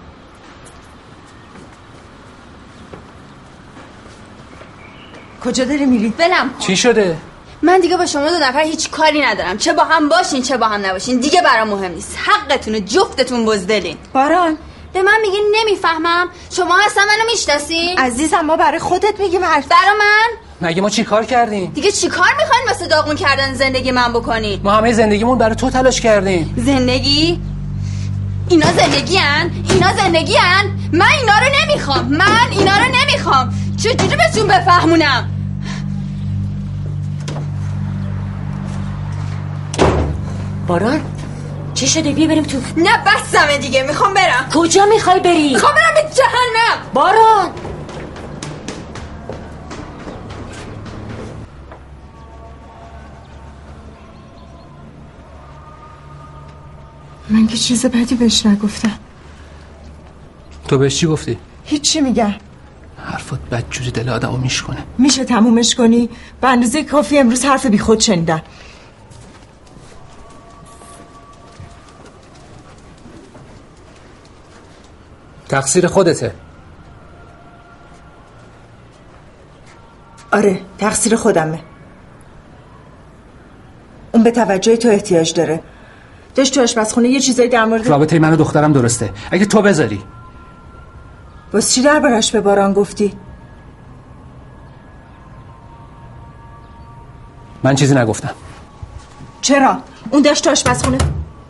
کجا داری میری؟ ولم کن. چی شده؟ من دیگه با شما 2 نفر هیچ کاری ندارم. چه با هم باشین چه با هم نباشین دیگه برام مهم نیست. حقتونه، جفتتون بزدلین. باران به من میگین نمیفهمم؟ شما اصلا منو میشناسین؟ عزیزم ما برای خودت میگیم حرف. برا من؟ مگه ما چی کار کردیم؟ دیگه چی کار میخواین واسه داغون کردن زندگی من بکنین؟ ما همه زندگیمون برای تو تلاش کردیم. زندگی؟ اینا زندگی‌ان؟ اینا زندگی‌ان؟ من اینا رو نمیخوام. من اینا رو نمیخوام. چجوری بهتون بفهمونم؟ باران چی شده؟ بیا بریم تو. نه بسمه دیگه، میخوام برم. کجا میخوای بری؟ میخوام برم به جهنم. باران من که چیز بدی بهش نگفتم. تو بهش چی گفتی؟ هیچی میگم. حرفات بدجوری دل آدمو میشکنه. میشه تمومش کنی؟ به اندازه کافی امروز حرف بی خود شنیدم. تقصیر خودته. آره تقصیر خودمه. اون به توجه تو احتیاج داره. داشت تو آشپزخونه یه چیزایی در مورد رابطه من و دخترم درسته. اگه تو بذاری. واسه چی دربارش به باران گفتی؟ من چیزی نگفتم. چرا؟ اون داشت تو آشپزخونه.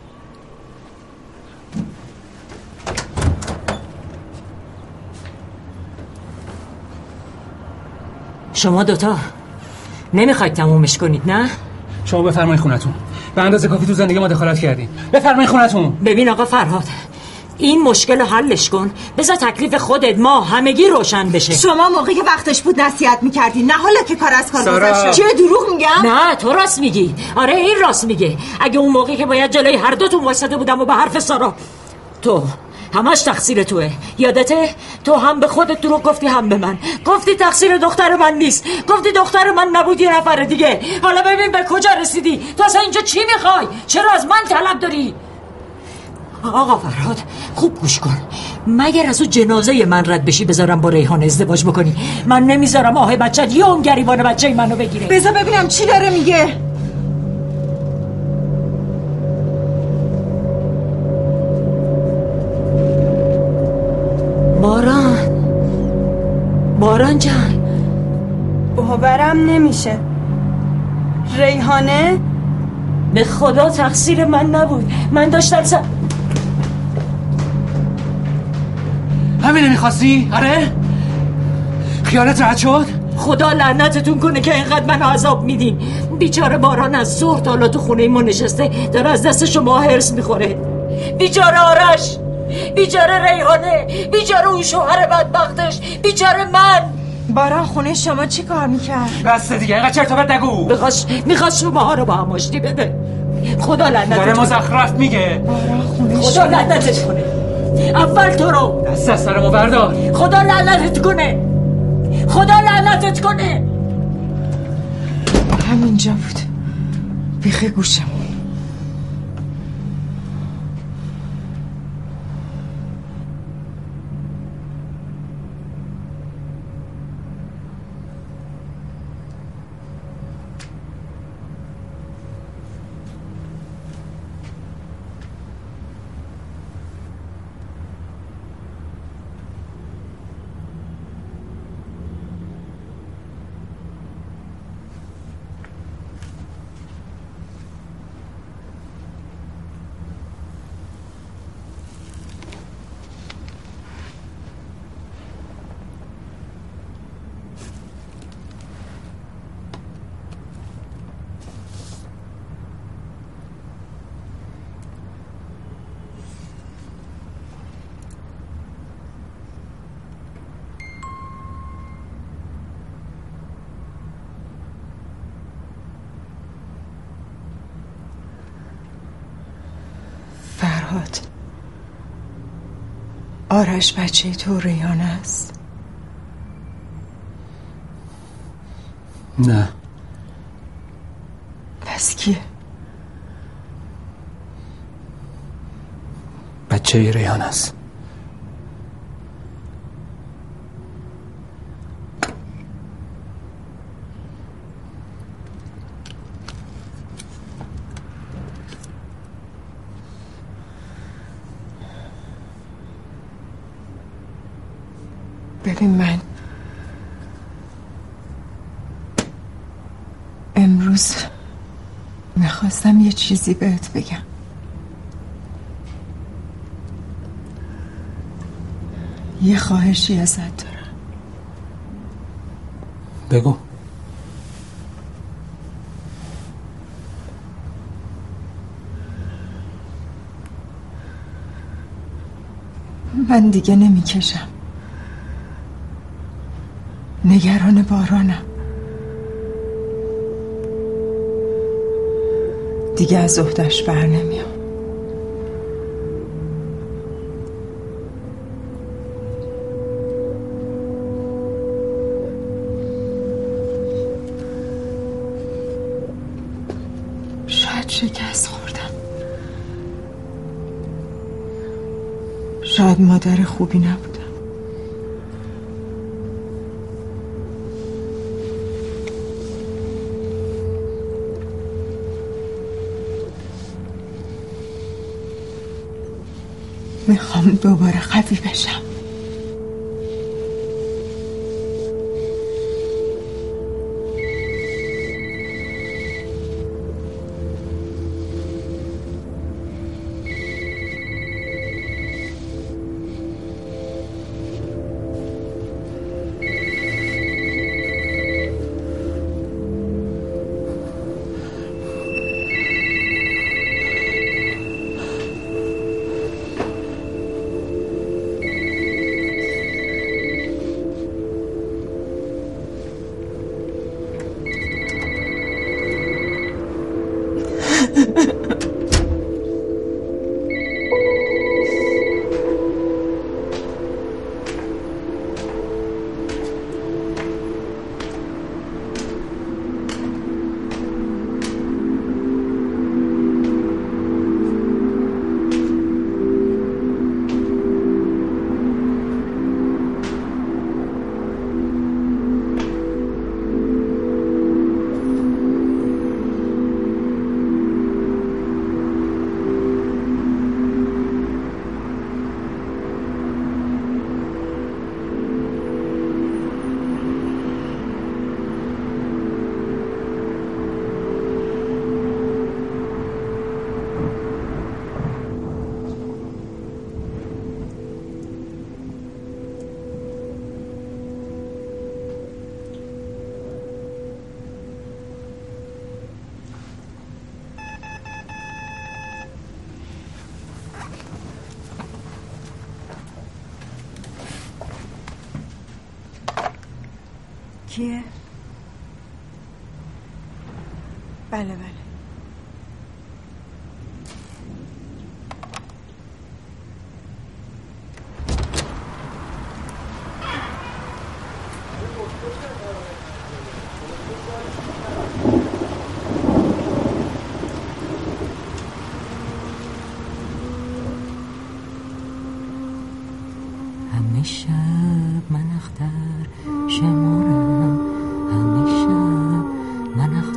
شما دوتا نمیخواید تمومش کنید نه؟ شما بفرمایید خونتون. به اندازه کافی تو زندگی ما دخالت کردین. بفرمایید خونتون. ببین آقا فرهاد، این مشکل رو حلش کن. بذار تکلیف خودت ما همگی روشن بشه. شما موقعی که وقتش بود نصیحت میکردی، نه حالا که کار از کار گذشته. چیه دروغ میگم؟ نه تو راست میگی. آره این راست میگه. اگه اون موقعی که باید جلوی هر دوتون واسطه بودم و به حرف سارا، تو همش تقصیر توه. یادته؟ تو هم به خودت دروغ گفتی هم به من. گفتی تقصیر دختر من نیست. گفتی دختر من نبود یه نفر دیگه. حالا ببین به کجا رسیدی. تو اصلا اینجا چی میخوای؟ چرا از من طلب داری؟ آقا فرهاد خوب گوش کن. مگر از اون جنازه من رد بشی بذارم با ریحان ازدواج بکنی؟ من نمیذارم آه بچت یه اون گریبان بچه منو بگیره. بذار ببینم چی داره میگه. باران جان باورم نمیشه. ریحانه؟ به خدا تقصیر من نبود. من داشتم همینه میخواستی؟ آره؟ خیالت راحت شد؟ خدا لعنتتون کنه که اینقدر من عذاب میدین. بیچاره باران از ظهر تا حالا تو خونه ما نشسته داره از دست شما هرس میخوره. بیچاره آرش، بیچاره ریحانه، بیچاره اون شوهر بدبختش، بیچاره من. باران خونه شما چی کار میکرد؟ بس دیگه اینقدر چرت و پرت نگو. میخواست شماها رو با هم آشتی بده. خدا لعنتت کنه. داره مزخرف میگه. باران خونه خدا لعنتت کنه. اول تو رو دست از سرمو بردار. خدا لعنتت کنه. خدا لعنتت کنه. همینجا بود بیخ گوشمون. جهاد، آرش بچه تو ریحانه است؟ نه. پس کیه؟ بچه ریحانه است. ببین، من امروز میخواستم یه چیزی بهت بگم. یه خواهشی ازت دارم. بگو. من دیگه نمیکشم. نگران بارانم. دیگه از عهده‌اش بر نمیام. شاید شکست خوردم. شاید مادر خوبی نبودم. میخوام دوباره قوی بشم. کیه؟ بله بله. همه شب من اختر شمارم، همه شب من اختر